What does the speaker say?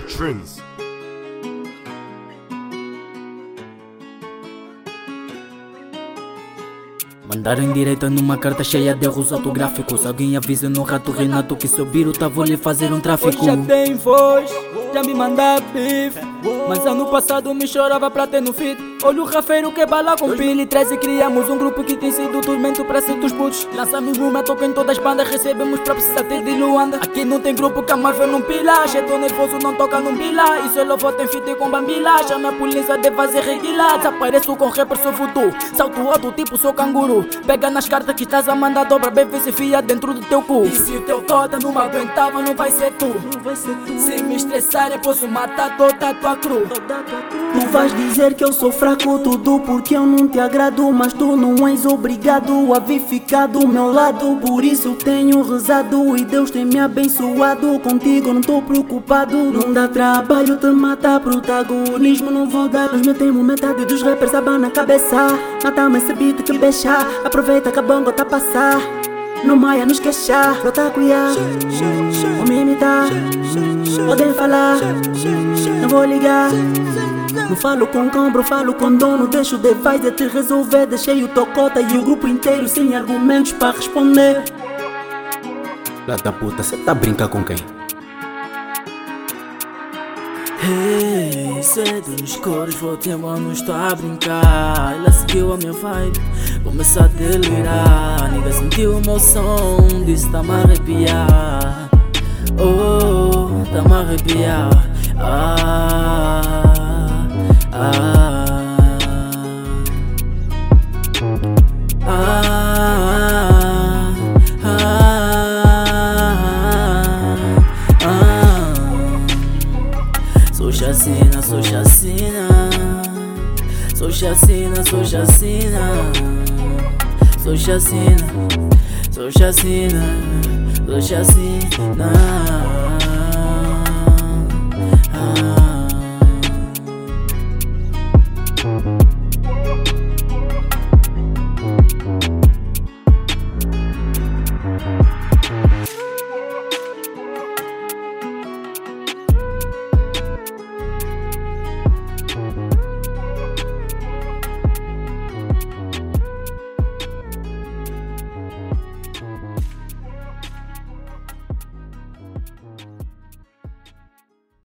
Trends. Mandaram em direita numa carta cheia de erros autográficos. Alguém avisa no rato Renato que seu biro tá vou lhe fazer um tráfico. Hoje já tem voz, já me manda bife. Mas ano passado me chorava pra ter no feed. Olha o rafeiro que bala com pila e 13 criamos um grupo que tem sido tormento pra certos putos. Lançamos uma, toca em todas as bandas, recebemos pra precisar ter de Luanda. Aqui não tem grupo que a Marvel não pila. Cheio nervoso não toca num pila. E se eu vou tem fita com bambila. Chama a polícia de fazer reguila. Desapareço com rapper, sou voodoo. Salto alto tipo sou canguru. Pega nas cartas que estás a mandar, dobra bem, vê se fia dentro do teu cu. E se o teu cota não me aguentava, não vai ser tu. Se me estressarem, posso matar toda a tua cru. Tu vais dizer que eu sou fraco, tudo porque eu não te agrado. Mas tu não és obrigado a vir ficar do meu lado. Por isso tenho rezado e Deus tem me abençoado. Contigo não tô preocupado. Não dá trabalho, te mata protagonismo. Não vou dar, nós metemos metade dos rappers a na cabeça. Matamos esse beat que beija. Aproveita que a bonga tá a passar. Não maia, nos queixar. Brota cuiar, ou me imitar. Podem falar, não vou ligar. Não falo com cambro, falo com dono. Deixo o device te resolver. Deixei o tocota e o grupo inteiro sem argumentos para responder. Lá da puta, cê tá brincando com quem? Hey, sei dos cores, vou ter mano, estou a brincar. Ela seguiu a minha vibe, começou a delirar. Nigga sentiu o meu som, disse tá-me a arrepiar. Oh, tá-me a arrepiar. Ah, ah, ah, ah. Sou chacina, sou chacina. Sou chacina, sou chacina. Sou chacina, sou chacina. Sou chacina. Ah.